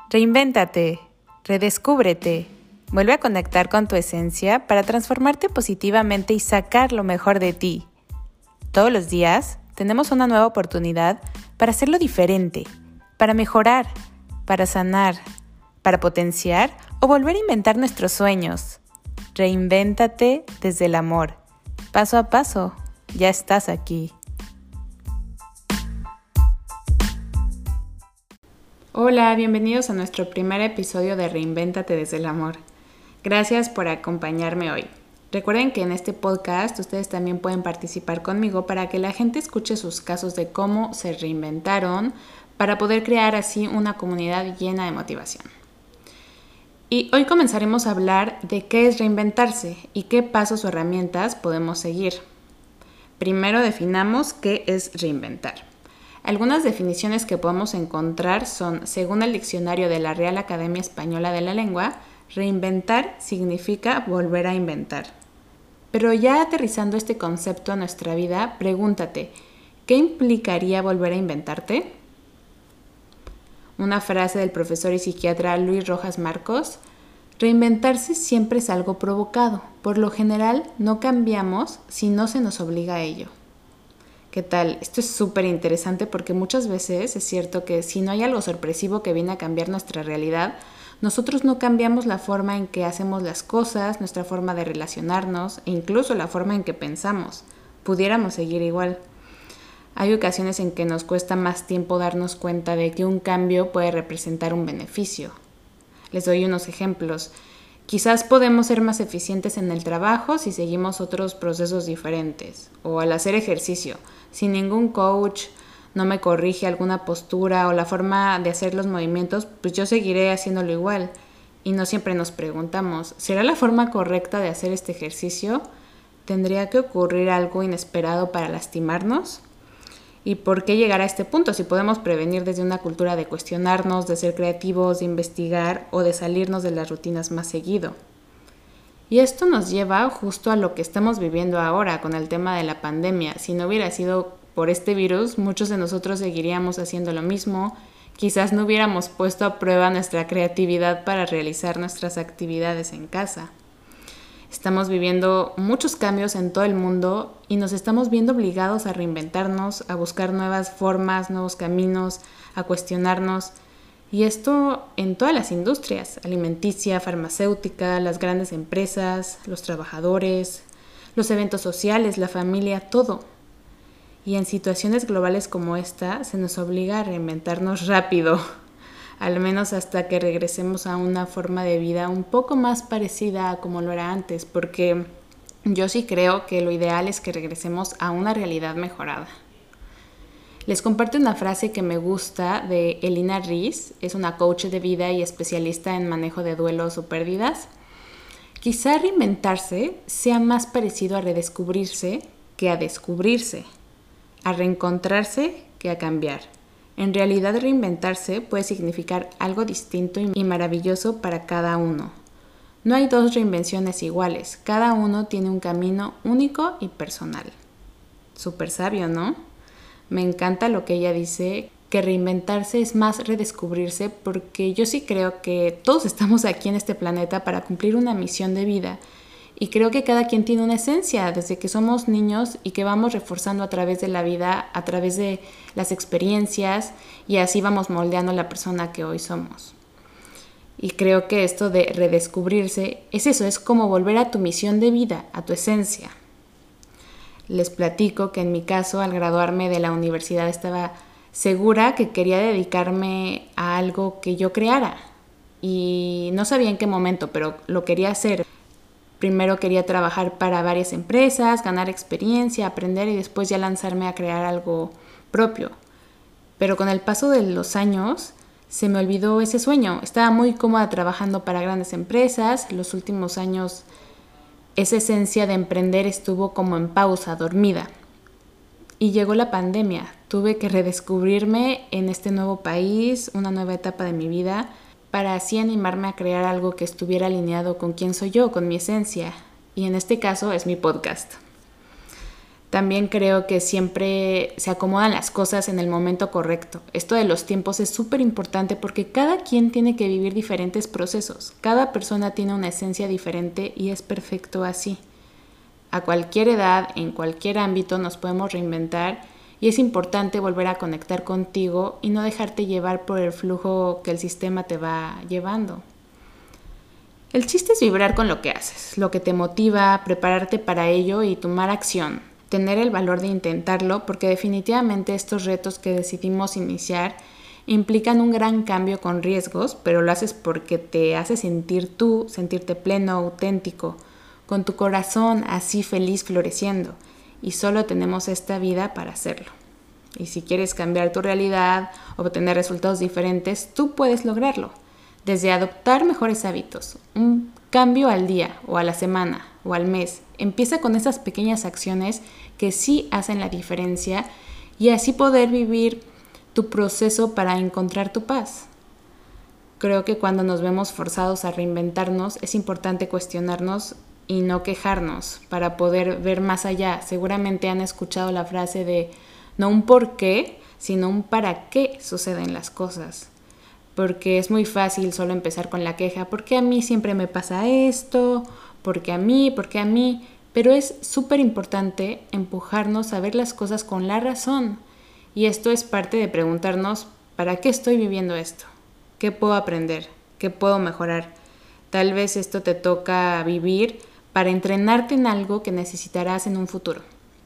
Reinvéntate, redescúbrete, vuelve a conectar con tu esencia para transformarte positivamente y sacar lo mejor de ti. Todos los días tenemos una nueva oportunidad para hacerlo diferente, para mejorar, para sanar, para potenciar o volver a inventar nuestros sueños. Reinvéntate desde el amor. Paso a paso, ya estás aquí. Hola, bienvenidos a nuestro primer episodio de Reinvéntate desde el amor. Gracias por acompañarme hoy. Recuerden que en este podcast ustedes también pueden participar conmigo para que la gente escuche sus casos de cómo se reinventaron para poder crear así una comunidad llena de motivación. Y hoy comenzaremos a hablar de qué es reinventarse y qué pasos o herramientas podemos seguir. Primero definamos qué es reinventar. Algunas definiciones que podemos encontrar son, según el diccionario de la Real Academia Española de la Lengua, reinventar significa volver a inventar. Pero ya aterrizando este concepto a nuestra vida, pregúntate, ¿qué implicaría volver a inventarte? Una frase del profesor y psiquiatra Luis Rojas Marcos: reinventarse siempre es algo provocado. Por lo general, no cambiamos si no se nos obliga a ello. ¿Qué tal? Esto es súper interesante porque muchas veces es cierto que si no hay algo sorpresivo que viene a cambiar nuestra realidad, nosotros no cambiamos la forma en que hacemos las cosas, nuestra forma de relacionarnos e incluso la forma en que pensamos. Pudiéramos seguir igual. Hay ocasiones en que nos cuesta más tiempo darnos cuenta de que un cambio puede representar un beneficio. Les doy unos ejemplos. Quizás podemos ser más eficientes en el trabajo si seguimos otros procesos diferentes, o al hacer ejercicio. Si ningún coach no me corrige alguna postura o la forma de hacer los movimientos, pues yo seguiré haciéndolo igual. Y no siempre nos preguntamos, ¿será la forma correcta de hacer este ejercicio? ¿Tendría que ocurrir algo inesperado para lastimarnos? ¿Y por qué llegar a este punto si podemos prevenir desde una cultura de cuestionarnos, de ser creativos, de investigar o de salirnos de las rutinas más seguido? Y esto nos lleva justo a lo que estamos viviendo ahora con el tema de la pandemia. Si no hubiera sido por este virus, muchos de nosotros seguiríamos haciendo lo mismo. Quizás no hubiéramos puesto a prueba nuestra creatividad para realizar nuestras actividades en casa. Estamos viviendo muchos cambios en todo el mundo y nos estamos viendo obligados a reinventarnos, a buscar nuevas formas, nuevos caminos, a cuestionarnos. Y esto en todas las industrias, alimenticia, farmacéutica, las grandes empresas, los trabajadores, los eventos sociales, la familia, todo. Y en situaciones globales como esta se nos obliga a reinventarnos rápido, al menos hasta que regresemos a una forma de vida un poco más parecida a como lo era antes, porque yo sí creo que lo ideal es que regresemos a una realidad mejorada. Les comparto una frase que me gusta de Elina Ries, es una coach de vida y especialista en manejo de duelos o pérdidas. Quizá reinventarse sea más parecido a redescubrirse que a descubrirse, a reencontrarse que a cambiar. En realidad, reinventarse puede significar algo distinto y maravilloso para cada uno. No hay dos reinvenciones iguales, cada uno tiene un camino único y personal. Súper sabio, ¿no? Me encanta lo que ella dice, que reinventarse es más redescubrirse, porque yo sí creo que todos estamos aquí en este planeta para cumplir una misión de vida. Y creo que cada quien tiene una esencia desde que somos niños y que vamos reforzando a través de la vida, a través de las experiencias, y así vamos moldeando la persona que hoy somos. Y creo que esto de redescubrirse es eso, es como volver a tu misión de vida, a tu esencia. Les platico que en mi caso, al graduarme de la universidad, estaba segura que quería dedicarme a algo que yo creara. Y no sabía en qué momento, pero lo quería hacer. Primero quería trabajar para varias empresas, ganar experiencia, aprender y después ya lanzarme a crear algo propio. Pero con el paso de los años se me olvidó ese sueño. Estaba muy cómoda trabajando para grandes empresas. Los últimos años esa esencia de emprender estuvo como en pausa, dormida. Y llegó la pandemia. Tuve que redescubrirme en este nuevo país, una nueva etapa de mi vida, para así animarme a crear algo que estuviera alineado con quién soy yo, con mi esencia. Y en este caso es mi podcast. También creo que siempre se acomodan las cosas en el momento correcto. Esto de los tiempos es súper importante porque cada quien tiene que vivir diferentes procesos. Cada persona tiene una esencia diferente y es perfecto así. A cualquier edad, en cualquier ámbito nos podemos reinventar y es importante volver a conectar contigo y no dejarte llevar por el flujo que el sistema te va llevando. El chiste es vibrar con lo que haces, lo que te motiva, prepararte para ello y tomar acción. Tener el valor de intentarlo porque definitivamente estos retos que decidimos iniciar implican un gran cambio con riesgos, pero lo haces porque te hace sentir tú, sentirte pleno, auténtico, con tu corazón así feliz floreciendo y solo tenemos esta vida para hacerlo. Y si quieres cambiar tu realidad, obtener resultados diferentes, tú puedes lograrlo. Desde adoptar mejores hábitos, un cambio al día o a la semana o al mes. Empieza con esas pequeñas acciones que sí hacen la diferencia y así poder vivir tu proceso para encontrar tu paz. Creo que cuando nos vemos forzados a reinventarnos es importante cuestionarnos y no quejarnos para poder ver más allá. Seguramente han escuchado la frase de no un por qué, sino un para qué suceden las cosas. Porque es muy fácil solo empezar con la queja, ¿por qué a mí siempre me pasa esto? ¿Por qué a mí? ¿Por qué a mí? Pero es súper importante empujarnos a ver las cosas con la razón. Y esto es parte de preguntarnos, ¿para qué estoy viviendo esto? ¿Qué puedo aprender? ¿Qué puedo mejorar? Tal vez esto te toca vivir para entrenarte en algo que necesitarás en un futuro.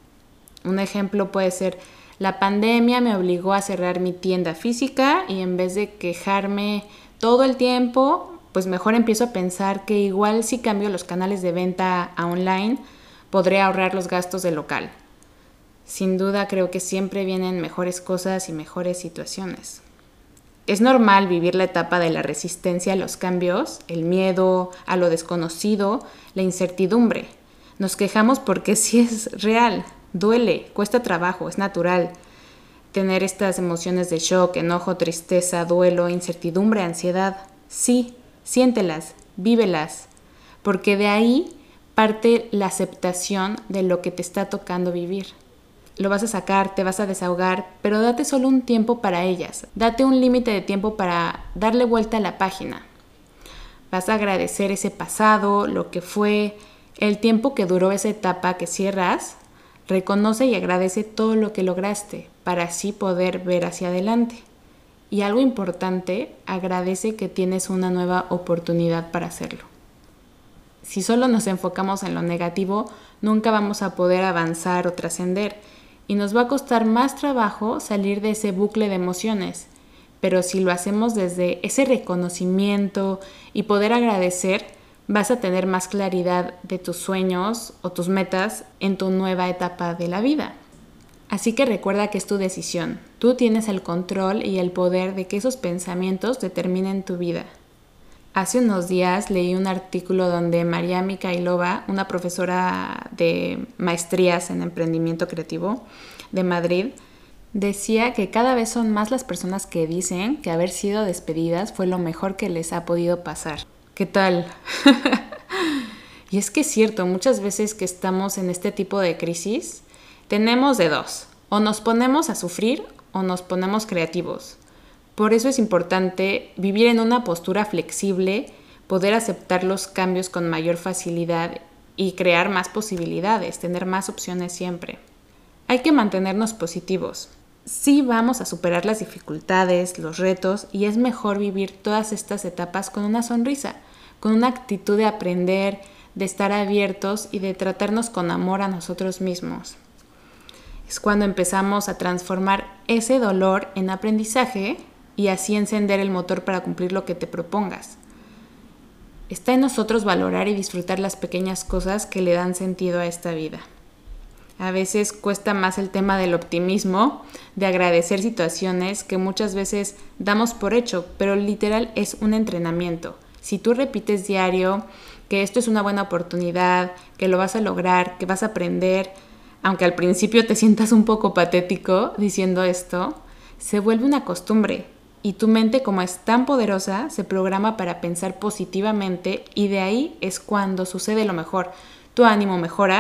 Un ejemplo puede ser: la pandemia me obligó a cerrar mi tienda física y en vez de quejarme todo el tiempo, pues mejor empiezo a pensar que igual si cambio los canales de venta a online, podré ahorrar los gastos del local. Sin duda creo que siempre vienen mejores cosas y mejores situaciones. Es normal vivir la etapa de la resistencia a los cambios, el miedo a lo desconocido, la incertidumbre. Nos quejamos porque sí es real. Duele, cuesta trabajo, es natural tener estas emociones de shock, enojo, tristeza, duelo, incertidumbre, ansiedad. Sí, siéntelas, vívelas, porque de ahí parte la aceptación de lo que te está tocando vivir. Lo vas a sacar, te vas a desahogar, pero date solo un tiempo para ellas. Date un límite de tiempo para darle vuelta a la página. Vas a agradecer ese pasado, lo que fue, el tiempo que duró esa etapa que cierras. Reconoce y agradece todo lo que lograste para así poder ver hacia adelante. Y algo importante, agradece que tienes una nueva oportunidad para hacerlo. Si solo nos enfocamos en lo negativo, nunca vamos a poder avanzar o trascender y nos va a costar más trabajo salir de ese bucle de emociones. Pero si lo hacemos desde ese reconocimiento y poder agradecer, vas a tener más claridad de tus sueños o tus metas en tu nueva etapa de la vida. Así que recuerda que es tu decisión. Tú tienes el control y el poder de que esos pensamientos determinen tu vida. Hace unos días leí un artículo donde María Mikhailova, una profesora de maestrías en emprendimiento creativo de Madrid, decía que cada vez son más las personas que dicen que haber sido despedidas fue lo mejor que les ha podido pasar. ¿Qué tal? Y es que es cierto, muchas veces que estamos en este tipo de crisis, tenemos de dos: o nos ponemos a sufrir o nos ponemos creativos. Por eso es importante vivir en una postura flexible, poder aceptar los cambios con mayor facilidad y crear más posibilidades, tener más opciones siempre. Hay que mantenernos positivos. Sí vamos a superar las dificultades, los retos, y es mejor vivir todas estas etapas con una sonrisa, con una actitud de aprender, de estar abiertos y de tratarnos con amor a nosotros mismos. Es cuando empezamos a transformar ese dolor en aprendizaje y así encender el motor para cumplir lo que te propongas. Está en nosotros valorar y disfrutar las pequeñas cosas que le dan sentido a esta vida. A veces cuesta más el tema del optimismo, de agradecer situaciones que muchas veces damos por hecho, pero literal es un entrenamiento. Si tú repites diario que esto es una buena oportunidad, que lo vas a lograr, que vas a aprender, aunque al principio te sientas un poco patético diciendo esto, se vuelve una costumbre y tu mente, como es tan poderosa, se programa para pensar positivamente y de ahí es cuando sucede lo mejor. Tu ánimo mejora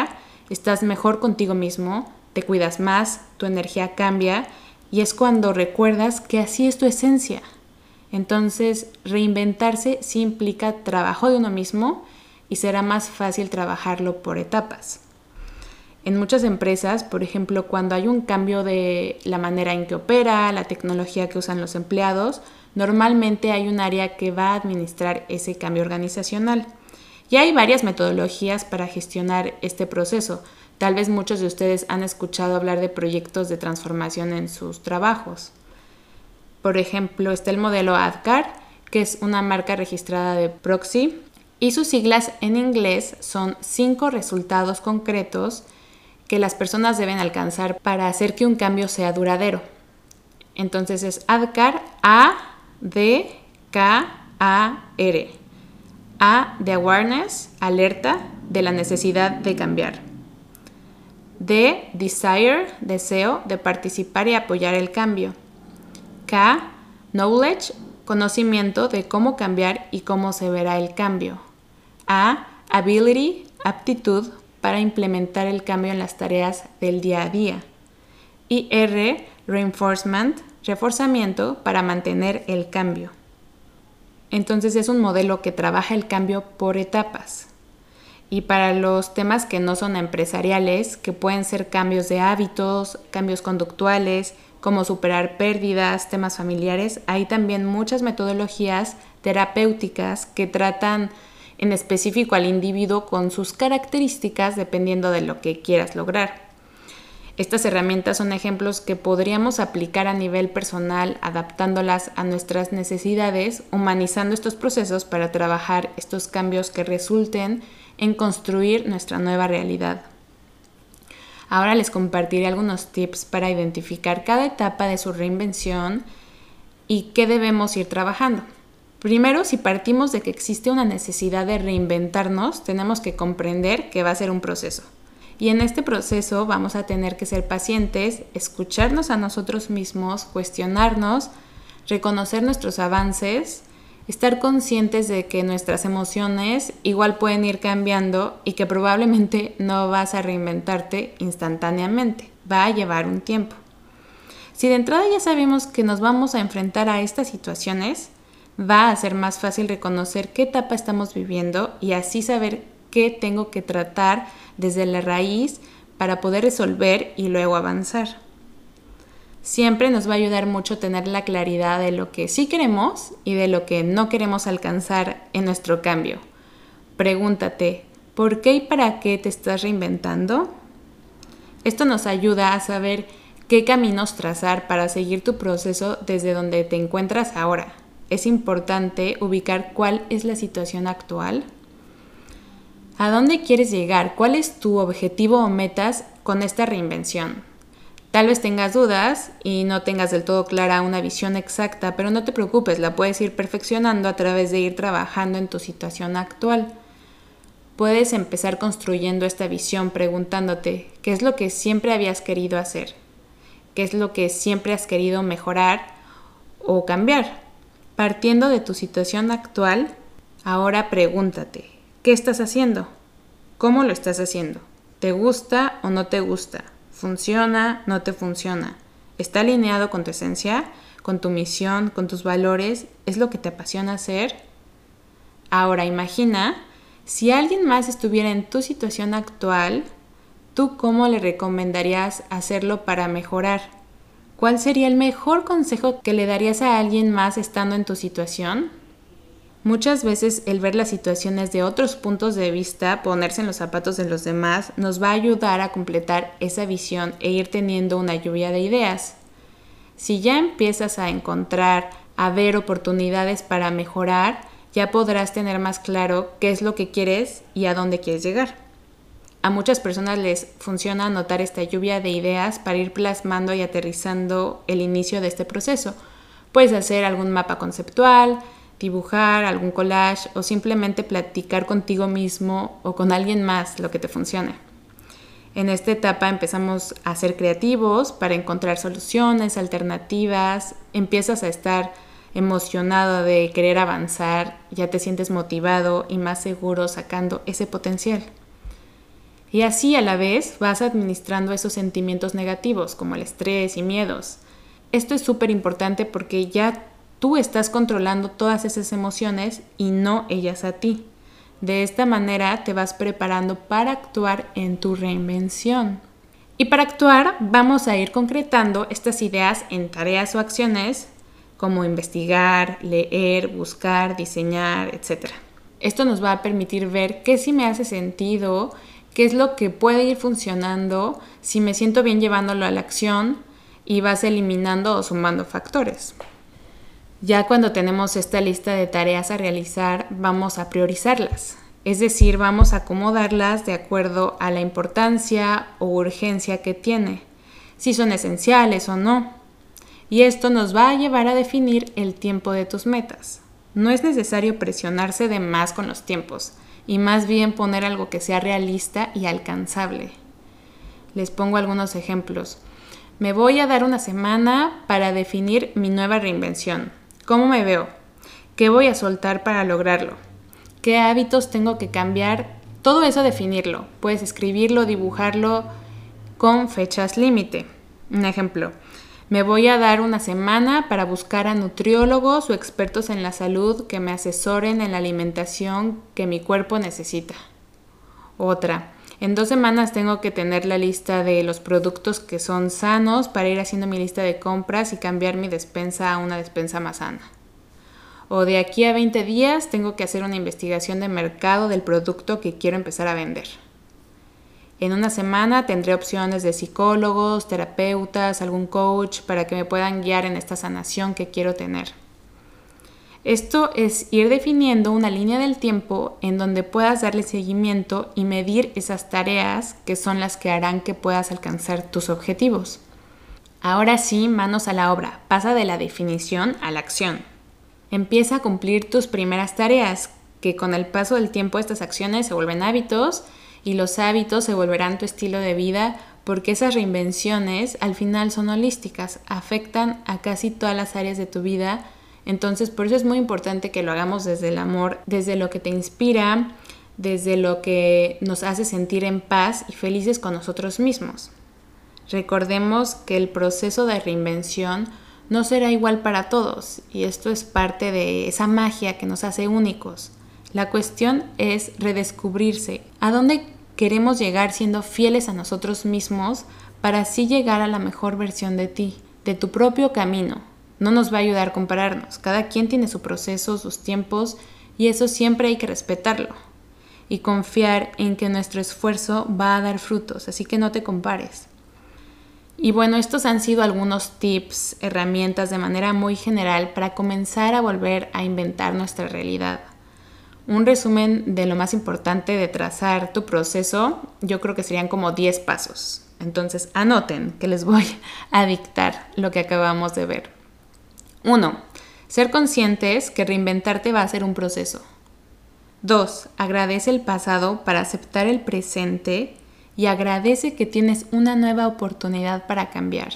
estás mejor contigo mismo, te cuidas más, tu energía cambia y es cuando recuerdas que así es tu esencia. Entonces, reinventarse sí implica trabajo de uno mismo y será más fácil trabajarlo por etapas. En muchas empresas, por ejemplo, cuando hay un cambio de la manera en que opera, la tecnología que usan los empleados, normalmente hay un área que va a administrar ese cambio organizacional. Y hay varias metodologías para gestionar este proceso. Tal vez muchos de ustedes han escuchado hablar de proyectos de transformación en sus trabajos. Por ejemplo, está el modelo ADKAR, que es una marca registrada de Proxy, y sus siglas en inglés son 5 resultados concretos que las personas deben alcanzar para hacer que un cambio sea duradero. Entonces es ADKAR, A-D-K-A-R. A de awareness, alerta de la necesidad de cambiar. D, desire, deseo de participar y apoyar el cambio. K, knowledge, conocimiento de cómo cambiar y cómo se verá el cambio. A, ability, aptitud para implementar el cambio en las tareas del día a día. Y R, reinforcement, reforzamiento para mantener el cambio. Entonces es un modelo que trabaja el cambio por etapas. Y para los temas que no son empresariales, que pueden ser cambios de hábitos, cambios conductuales, como superar pérdidas, temas familiares, hay también muchas metodologías terapéuticas que tratan en específico al individuo con sus características dependiendo de lo que quieras lograr. Estas herramientas son ejemplos que podríamos aplicar a nivel personal, adaptándolas a nuestras necesidades, humanizando estos procesos para trabajar estos cambios que resulten en construir nuestra nueva realidad. Ahora les compartiré algunos tips para identificar cada etapa de su reinvención y qué debemos ir trabajando. Primero, si partimos de que existe una necesidad de reinventarnos, tenemos que comprender que va a ser un proceso. Y en este proceso vamos a tener que ser pacientes, escucharnos a nosotros mismos, cuestionarnos, reconocer nuestros avances, estar conscientes de que nuestras emociones igual pueden ir cambiando y que probablemente no vas a reinventarte instantáneamente. Va a llevar un tiempo. Si de entrada ya sabemos que nos vamos a enfrentar a estas situaciones, va a ser más fácil reconocer qué etapa estamos viviendo y así saber qué tengo que tratar desde la raíz para poder resolver y luego avanzar. Siempre nos va a ayudar mucho tener la claridad de lo que sí queremos y de lo que no queremos alcanzar en nuestro cambio. Pregúntate, ¿por qué y para qué te estás reinventando? Esto nos ayuda a saber qué caminos trazar para seguir tu proceso desde donde te encuentras ahora. Es importante ubicar cuál es la situación actual. ¿A dónde quieres llegar? ¿Cuál es tu objetivo o metas con esta reinvención? Tal vez tengas dudas y no tengas del todo clara una visión exacta, pero no te preocupes, la puedes ir perfeccionando a través de ir trabajando en tu situación actual. Puedes empezar construyendo esta visión preguntándote qué es lo que siempre habías querido hacer, qué es lo que siempre has querido mejorar o cambiar. Partiendo de tu situación actual, ahora pregúntate, ¿qué estás haciendo? ¿Cómo lo estás haciendo? ¿Te gusta o no te gusta? ¿Funciona? ¿No te funciona? ¿Está alineado con tu esencia, con tu misión, con tus valores? ¿Es lo que te apasiona hacer? Ahora imagina, si alguien más estuviera en tu situación actual, ¿tú cómo le recomendarías hacerlo para mejorar? ¿Cuál sería el mejor consejo que le darías a alguien más estando en tu situación? Muchas veces el ver las situaciones de otros puntos de vista, ponerse en los zapatos de los demás, nos va a ayudar a completar esa visión e ir teniendo una lluvia de ideas. Si ya empiezas a encontrar, a ver oportunidades para mejorar, ya podrás tener más claro qué es lo que quieres y a dónde quieres llegar. A muchas personas les funciona anotar esta lluvia de ideas para ir plasmando y aterrizando el inicio de este proceso. Puedes hacer algún mapa conceptual, dibujar algún collage o simplemente platicar contigo mismo o con alguien más lo que te funcione. En esta etapa empezamos a ser creativos para encontrar soluciones, alternativas, empiezas a estar emocionado de querer avanzar, ya te sientes motivado y más seguro sacando ese potencial. Y así a la vez vas administrando esos sentimientos negativos como el estrés y miedos. Esto es súper importante porque ya tú estás controlando todas esas emociones y no ellas a ti. De esta manera te vas preparando para actuar en tu reinvención. Y para actuar vamos a ir concretando estas ideas en tareas o acciones como investigar, leer, buscar, diseñar, etc. Esto nos va a permitir ver qué sí me hace sentido, qué es lo que puede ir funcionando, si me siento bien llevándolo a la acción y vas eliminando o sumando factores. Ya cuando tenemos esta lista de tareas a realizar, vamos a priorizarlas. Es decir, vamos a acomodarlas de acuerdo a la importancia o urgencia que tiene, si son esenciales o no. Y esto nos va a llevar a definir el tiempo de tus metas. No es necesario presionarse de más con los tiempos, y más bien poner algo que sea realista y alcanzable. Les pongo algunos ejemplos. Me voy a dar una semana para definir mi nueva reinvención. ¿Cómo me veo? ¿Qué voy a soltar para lograrlo? ¿Qué hábitos tengo que cambiar? Todo eso definirlo. Puedes escribirlo, dibujarlo con fechas límite. Un ejemplo. Me voy a dar una semana para buscar a nutriólogos o expertos en la salud que me asesoren en la alimentación que mi cuerpo necesita. Otra. En 2 semanas tengo que tener la lista de los productos que son sanos para ir haciendo mi lista de compras y cambiar mi despensa a una despensa más sana. O de aquí a 20 días tengo que hacer una investigación de mercado del producto que quiero empezar a vender. En una semana tendré opciones de psicólogos, terapeutas, algún coach para que me puedan guiar en esta sanación que quiero tener. Esto es ir definiendo una línea del tiempo en donde puedas darle seguimiento y medir esas tareas que son las que harán que puedas alcanzar tus objetivos. Ahora sí, manos a la obra, pasa de la definición a la acción. Empieza a cumplir tus primeras tareas, que con el paso del tiempo estas acciones se vuelven hábitos y los hábitos se volverán tu estilo de vida porque esas reinvenciones al final son holísticas, afectan a casi todas las áreas de tu vida. Entonces, por eso es muy importante que lo hagamos desde el amor, desde lo que te inspira, desde lo que nos hace sentir en paz y felices con nosotros mismos. Recordemos que el proceso de reinvención no será igual para todos y esto es parte de esa magia que nos hace únicos. La cuestión es redescubrirse a dónde queremos llegar siendo fieles a nosotros mismos para así llegar a la mejor versión de ti, de tu propio camino. No nos va a ayudar a compararnos. Cada quien tiene su proceso, sus tiempos y eso siempre hay que respetarlo. Y confiar en que nuestro esfuerzo va a dar frutos, así que no te compares. Y bueno, estos han sido algunos tips, herramientas de manera muy general para comenzar a volver a inventar nuestra realidad. Un resumen de lo más importante de trazar tu proceso, yo creo que serían como 10 pasos. Entonces anoten que les voy a dictar lo que acabamos de ver. 1. Ser conscientes que reinventarte va a ser un proceso. 2. Agradece el pasado para aceptar el presente y agradece que tienes una nueva oportunidad para cambiar.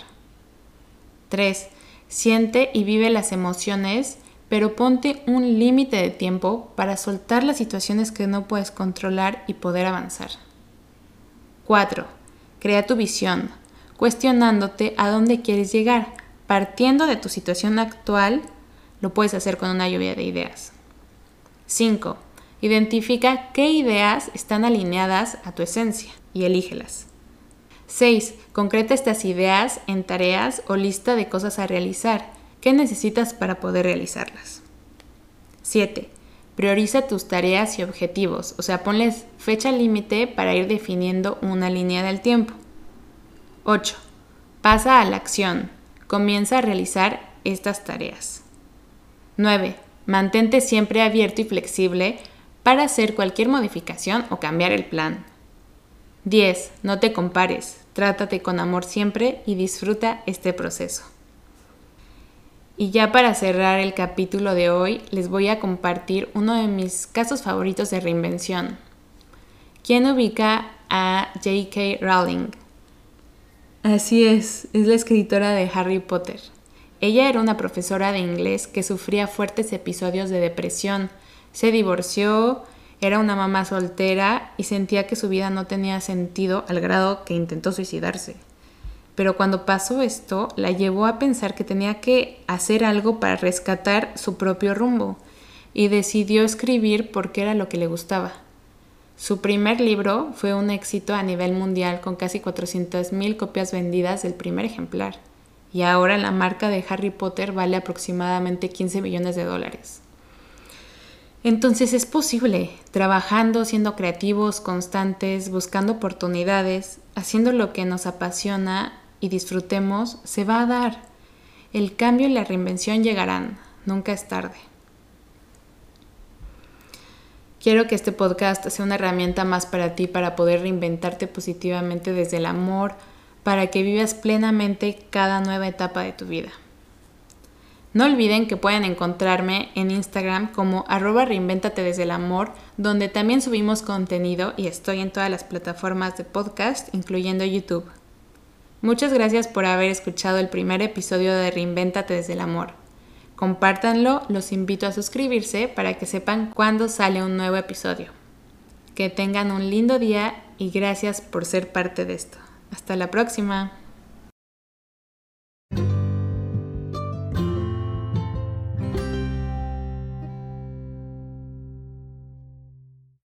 3. Siente y vive las emociones, pero ponte un límite de tiempo para soltar las situaciones que no puedes controlar y poder avanzar. 4. Crea tu visión, cuestionándote a dónde quieres llegar. Partiendo de tu situación actual, lo puedes hacer con una lluvia de ideas. 5. Identifica qué ideas están alineadas a tu esencia y elígelas. 6. Concreta estas ideas en tareas o lista de cosas a realizar. ¿Qué necesitas para poder realizarlas? 7. Prioriza tus tareas y objetivos, o sea, ponles fecha límite para ir definiendo una línea del tiempo. 8. Pasa a la acción. Comienza a realizar estas tareas. 9. Mantente siempre abierto y flexible para hacer cualquier modificación o cambiar el plan. 10. No te compares. Trátate con amor siempre y disfruta este proceso. Y ya para cerrar el capítulo de hoy, les voy a compartir uno de mis casos favoritos de reinvención. ¿Quién ubica a J.K. Rowling? Así es la escritora de Harry Potter. Ella era una profesora de inglés que sufría fuertes episodios de depresión. Se divorció, Era una mamá soltera y sentía que su vida no tenía sentido al grado que intentó suicidarse. Pero cuando pasó esto, la llevó a pensar que tenía que hacer algo para rescatar su propio rumbo y decidió escribir porque era lo que le gustaba. Su primer libro fue un éxito a nivel mundial con casi 400,000 copias vendidas del primer ejemplar. Y ahora la marca de Harry Potter vale aproximadamente $15 millones. Entonces es posible, trabajando, siendo creativos, constantes, buscando oportunidades, haciendo lo que nos apasiona y disfrutemos, se va a dar. El cambio y la reinvención llegarán, nunca es tarde. Quiero que este podcast sea una herramienta más para ti para poder reinventarte positivamente desde el amor, para que vivas plenamente cada nueva etapa de tu vida. No olviden que pueden encontrarme en Instagram como @reinventatedesdeelamor, donde también subimos contenido y estoy en todas las plataformas de podcast, incluyendo YouTube. Muchas gracias por haber escuchado el primer episodio de Reinvéntate desde el amor. Compártanlo, los invito a suscribirse para que sepan cuándo sale un nuevo episodio. Que tengan un lindo día y gracias por ser parte de esto. Hasta la próxima.